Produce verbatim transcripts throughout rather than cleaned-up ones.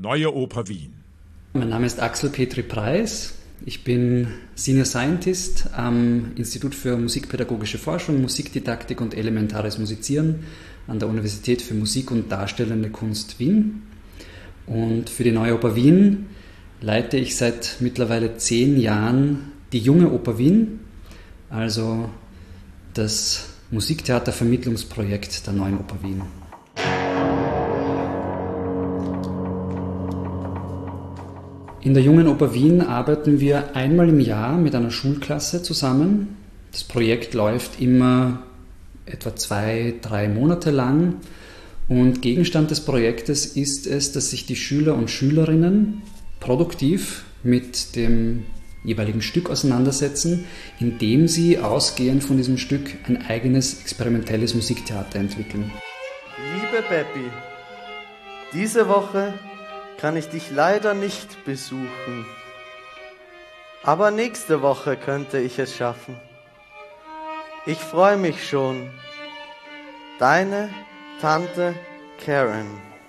Neue Oper Wien. Mein Name ist Axel Petri Preis. Ich bin Senior Scientist am Institut für Musikpädagogische Forschung, Musikdidaktik und elementares Musizieren an der Universität für Musik und Darstellende Kunst Wien. Und für die Neue Oper Wien leite ich seit mittlerweile zehn Jahren die Junge Oper Wien, also das Musiktheatervermittlungsprojekt der Neuen Oper Wien. In der Jungen Oper Wien arbeiten wir einmal im Jahr mit einer Schulklasse zusammen. Das Projekt läuft immer etwa zwei, drei Monate lang und Gegenstand des Projektes ist es, dass sich die Schüler und Schülerinnen produktiv mit dem jeweiligen Stück auseinandersetzen, indem sie ausgehend von diesem Stück ein eigenes experimentelles Musiktheater entwickeln. Liebe Beppi, diese Woche kann ich dich leider nicht besuchen, aber nächste Woche könnte ich es schaffen. Ich freue mich schon. Deine Tante Karen.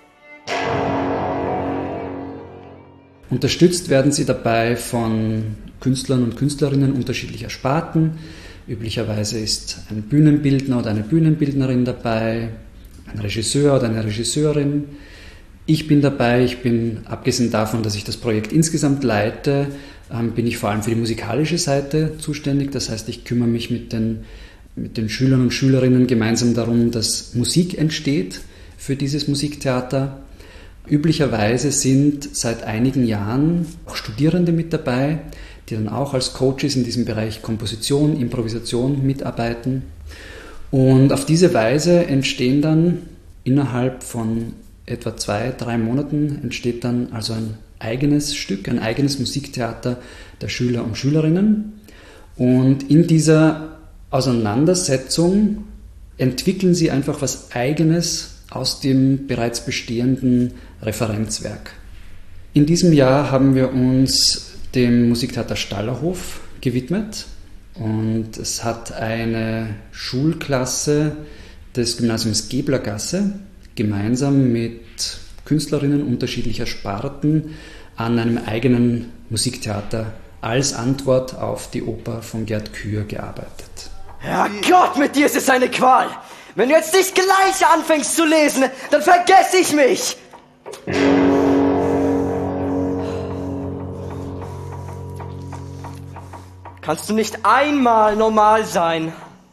Unterstützt werden sie dabei von Künstlern und Künstlerinnen unterschiedlicher Sparten. Üblicherweise ist ein Bühnenbildner oder eine Bühnenbildnerin dabei, ein Regisseur oder eine Regisseurin. Ich bin dabei, ich bin, abgesehen davon, dass ich das Projekt insgesamt leite, ähm, bin ich vor allem für die musikalische Seite zuständig. Das heißt, ich kümmere mich mit den, mit den Schülern und Schülerinnen gemeinsam darum, dass Musik entsteht für dieses Musiktheater. Üblicherweise sind seit einigen Jahren auch Studierende mit dabei, die dann auch als Coaches in diesem Bereich Komposition, Improvisation mitarbeiten. Und auf diese Weise entstehen dann innerhalb von etwa zwei, drei Monaten entsteht dann also ein eigenes Stück, ein eigenes Musiktheater der Schüler und Schülerinnen. Und in dieser Auseinandersetzung entwickeln sie einfach was Eigenes aus dem bereits bestehenden Referenzwerk. In diesem Jahr haben wir uns dem Musiktheater Stallerhof gewidmet und es hat eine Schulklasse des Gymnasiums Geblergasse gemeinsam mit Künstlerinnen unterschiedlicher Sparten an einem eigenen Musiktheater als Antwort auf die Oper von Gerd Kür gearbeitet. Herrgott, mit dir ist es eine Qual! Wenn du jetzt nicht gleich anfängst zu lesen, dann vergesse ich mich! Kannst du nicht einmal normal sein?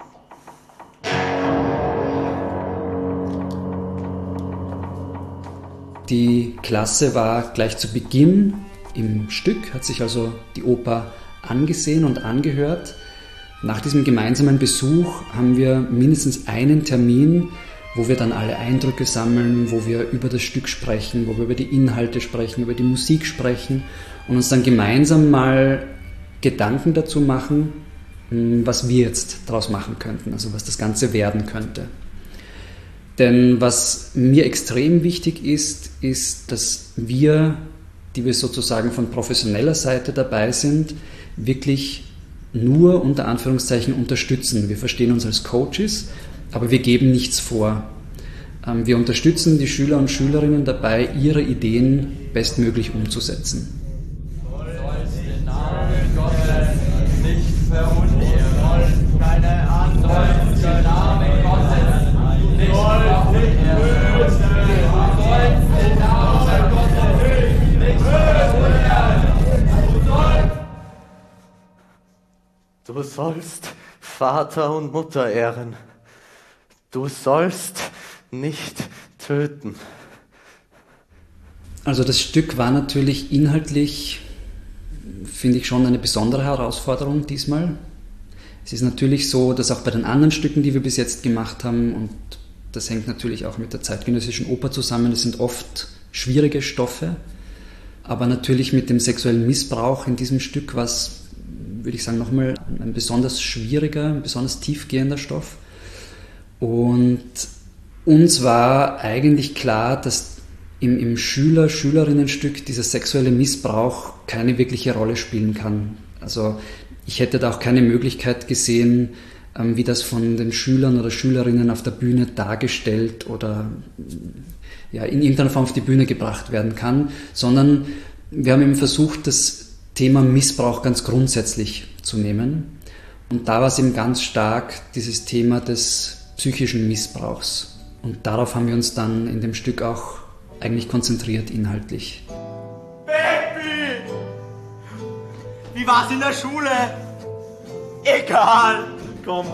Die Klasse war gleich zu Beginn im Stück, hat sich also die Oper angesehen und angehört. Nach diesem gemeinsamen Besuch haben wir mindestens einen Termin, wo wir dann alle Eindrücke sammeln, wo wir über das Stück sprechen, wo wir über die Inhalte sprechen, über die Musik sprechen und uns dann gemeinsam mal Gedanken dazu machen, was wir jetzt daraus machen könnten, also was das Ganze werden könnte. Denn was mir extrem wichtig ist, ist, dass wir, die wir sozusagen von professioneller Seite dabei sind, wirklich nur unter Anführungszeichen unterstützen. Wir verstehen uns als Coaches, aber wir geben nichts vor. Wir unterstützen die Schüler und Schülerinnen dabei, ihre Ideen bestmöglich umzusetzen. Den Namen Gottes nicht verunehren, keine anderen den Namen Gottes nicht verunehren, den Namen Gottes nicht verunehren. Du sollst Vater und Mutter ehren. Du sollst nicht töten. Also das Stück war natürlich inhaltlich, finde ich, schon eine besondere Herausforderung diesmal. Es ist natürlich so, dass auch bei den anderen Stücken, die wir bis jetzt gemacht haben, und das hängt natürlich auch mit der zeitgenössischen Oper zusammen, das sind oft schwierige Stoffe, aber natürlich mit dem sexuellen Missbrauch in diesem Stück war es, würde ich sagen, nochmal ein besonders schwieriger, ein besonders tiefgehender Stoff. Und uns war eigentlich klar, dass im, im Schüler-Schülerinnen-Stück dieser sexuelle Missbrauch keine wirkliche Rolle spielen kann. Also ich hätte da auch keine Möglichkeit gesehen, wie das von den Schülern oder Schülerinnen auf der Bühne dargestellt oder ja, in irgendeiner Form auf die Bühne gebracht werden kann, sondern wir haben eben versucht, das Thema Missbrauch ganz grundsätzlich zu nehmen. Und da war es eben ganz stark dieses Thema des psychischen Missbrauchs. Und darauf haben wir uns dann in dem Stück auch eigentlich konzentriert inhaltlich. Baby! Wie war's in der Schule? Egal! Komm!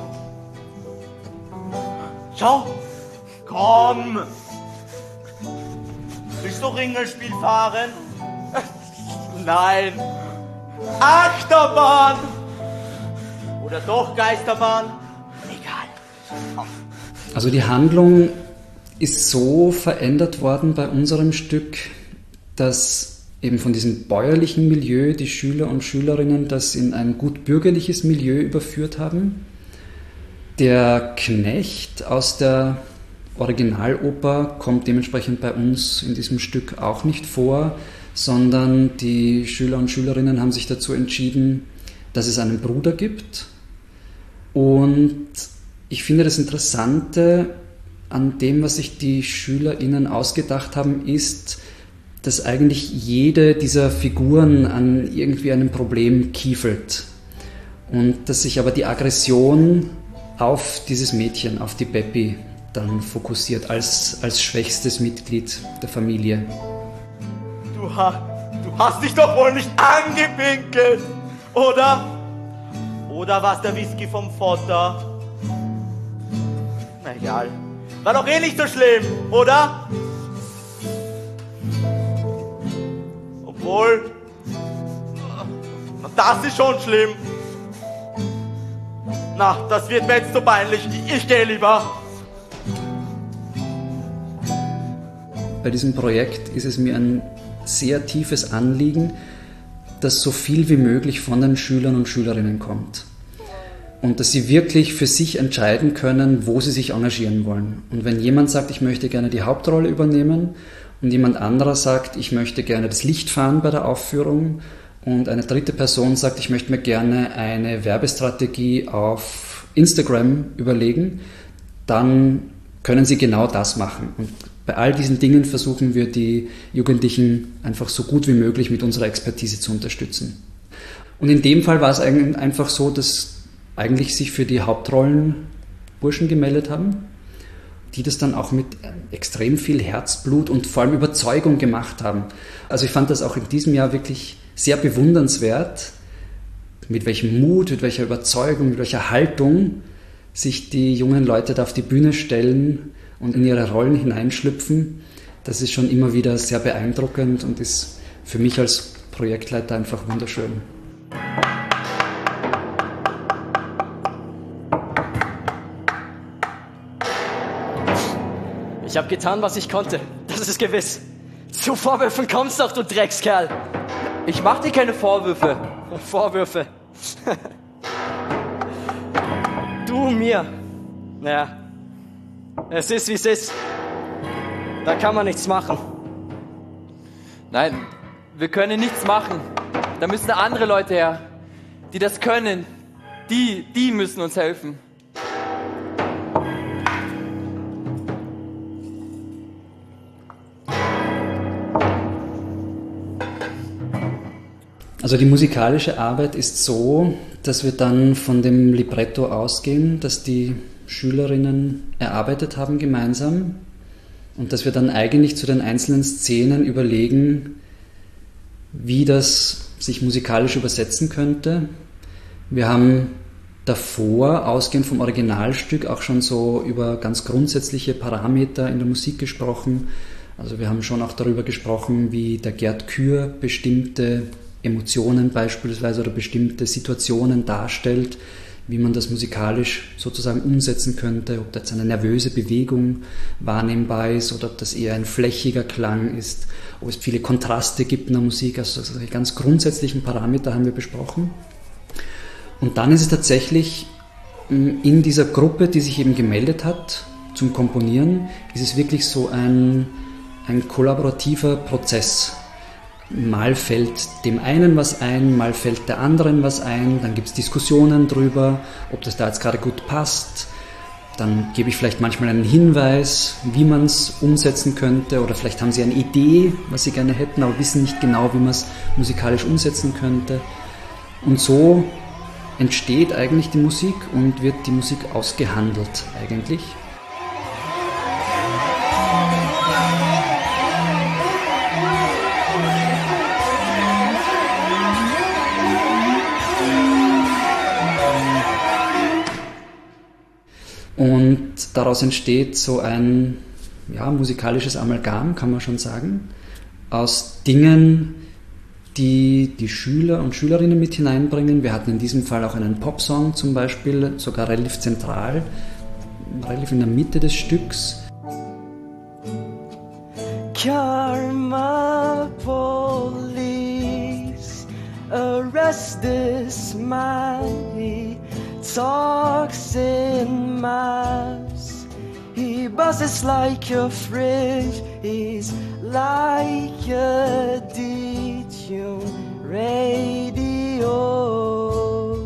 Schau! Komm! Willst du Ringelspiel fahren? Nein! Achterbahn! Oder doch Geisterbahn? Egal! Also die Handlung ist so verändert worden bei unserem Stück, dass eben von diesem bäuerlichen Milieu die Schüler und Schülerinnen das in ein gut bürgerliches Milieu überführt haben. Der Knecht aus der Originaloper kommt dementsprechend bei uns in diesem Stück auch nicht vor, sondern die Schüler und Schülerinnen haben sich dazu entschieden, dass es einen Bruder gibt. Und ich finde, das Interessante an dem, was sich die SchülerInnen ausgedacht haben, ist, dass eigentlich jede dieser Figuren an irgendwie einem Problem kiefelt. Und dass sich aber die Aggression auf dieses Mädchen, auf die Beppi, dann fokussiert als, als schwächstes Mitglied der Familie. Du, ha, du hast dich doch wohl nicht angepinkelt, oder? Oder war's der Whisky vom Vater? Na egal. War doch eh nicht so schlimm, oder? Obwohl, das ist schon schlimm. Na, das wird mir jetzt so peinlich. Ich, ich gehe lieber. Bei diesem Projekt ist es mir ein sehr tiefes Anliegen, dass so viel wie möglich von den Schülern und Schülerinnen kommt. Und dass sie wirklich für sich entscheiden können, wo sie sich engagieren wollen. Und wenn jemand sagt, ich möchte gerne die Hauptrolle übernehmen und jemand anderer sagt, ich möchte gerne das Licht fahren bei der Aufführung und eine dritte Person sagt, ich möchte mir gerne eine Werbestrategie auf Instagram überlegen, dann können sie genau das machen. Und bei all diesen Dingen versuchen wir, die Jugendlichen einfach so gut wie möglich mit unserer Expertise zu unterstützen. Und in dem Fall war es einfach so, dass eigentlich sich für die Hauptrollen Burschen gemeldet haben, die das dann auch mit extrem viel Herzblut und vor allem Überzeugung gemacht haben. Also ich fand das auch in diesem Jahr wirklich sehr bewundernswert, mit welchem Mut, mit welcher Überzeugung, mit welcher Haltung sich die jungen Leute da auf die Bühne stellen und in ihre Rollen hineinschlüpfen. Das ist schon immer wieder sehr beeindruckend und ist für mich als Projektleiter einfach wunderschön. Ich habe getan, was ich konnte. Das ist gewiss. Zu Vorwürfen kommst doch, du Dreckskerl. Ich mach dir keine Vorwürfe. Vorwürfe. Du mir. Naja, es ist, wie es ist. Da kann man nichts machen. Nein, wir können nichts machen. Da müssen andere Leute her, die das können. Die, die müssen uns helfen. Also die musikalische Arbeit ist so, dass wir dann von dem Libretto ausgehen, das die Schülerinnen erarbeitet haben gemeinsam und dass wir dann eigentlich zu den einzelnen Szenen überlegen, wie das sich musikalisch übersetzen könnte. Wir haben davor, ausgehend vom Originalstück, auch schon so über ganz grundsätzliche Parameter in der Musik gesprochen. Also wir haben schon auch darüber gesprochen, wie der Gerd Kür bestimmte Emotionen beispielsweise oder bestimmte Situationen darstellt, wie man das musikalisch sozusagen umsetzen könnte, ob da jetzt eine nervöse Bewegung wahrnehmbar ist oder ob das eher ein flächiger Klang ist, ob es viele Kontraste gibt in der Musik, also solche ganz grundsätzlichen Parameter haben wir besprochen. Und dann ist es tatsächlich in dieser Gruppe, die sich eben gemeldet hat zum Komponieren, ist es wirklich so ein, ein kollaborativer Prozess. Mal fällt dem einen was ein, mal fällt der anderen was ein, dann gibt es Diskussionen drüber, ob das da jetzt gerade gut passt. Dann gebe ich vielleicht manchmal einen Hinweis, wie man es umsetzen könnte, oder vielleicht haben sie eine Idee, was sie gerne hätten, aber wissen nicht genau, wie man es musikalisch umsetzen könnte. Und so entsteht eigentlich die Musik und wird die Musik ausgehandelt eigentlich. Und daraus entsteht so ein ja, musikalisches Amalgam, kann man schon sagen, aus Dingen, die die Schüler und Schülerinnen mit hineinbringen. Wir hatten in diesem Fall auch einen Popsong zum Beispiel, sogar relativ zentral, relativ in der Mitte des Stücks. Karma police, arrest this man, he talks in mass, he buzzes like a fridge, he's like a detune radio.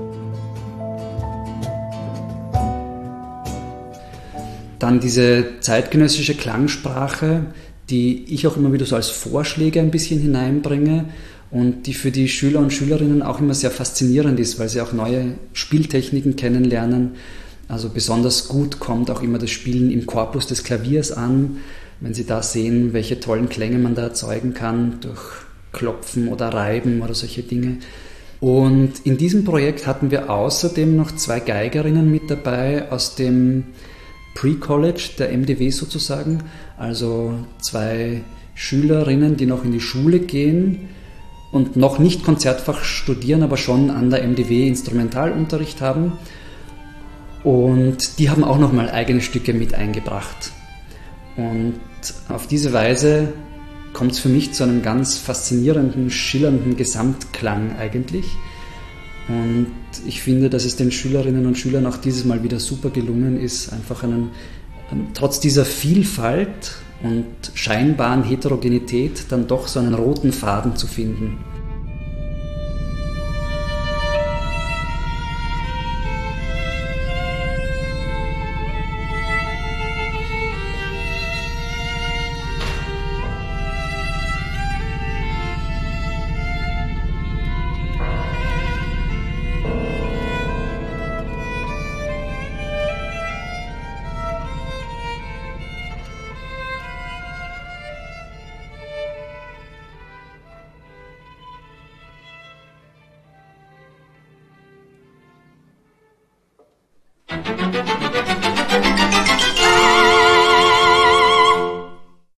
Dann diese zeitgenössische Klangsprache, die ich auch immer wieder so als Vorschläge ein bisschen hineinbringe und die für die Schüler und Schülerinnen auch immer sehr faszinierend ist, weil sie auch neue Spieltechniken kennenlernen. Also besonders gut kommt auch immer das Spielen im Korpus des Klaviers an, wenn sie da sehen, welche tollen Klänge man da erzeugen kann durch Klopfen oder Reiben oder solche Dinge. Und in diesem Projekt hatten wir außerdem noch zwei Geigerinnen mit dabei aus dem Pre-College, der M D W sozusagen, also zwei Schülerinnen, die noch in die Schule gehen und noch nicht Konzertfach studieren, aber schon an der M D W Instrumentalunterricht haben. Und die haben auch nochmal eigene Stücke mit eingebracht. Und auf diese Weise kommt es für mich zu einem ganz faszinierenden, schillernden Gesamtklang eigentlich. Und ich finde, dass es den Schülerinnen und Schülern auch dieses Mal wieder super gelungen ist, einfach einen, trotz dieser Vielfalt und scheinbaren Heterogenität dann doch so einen roten Faden zu finden.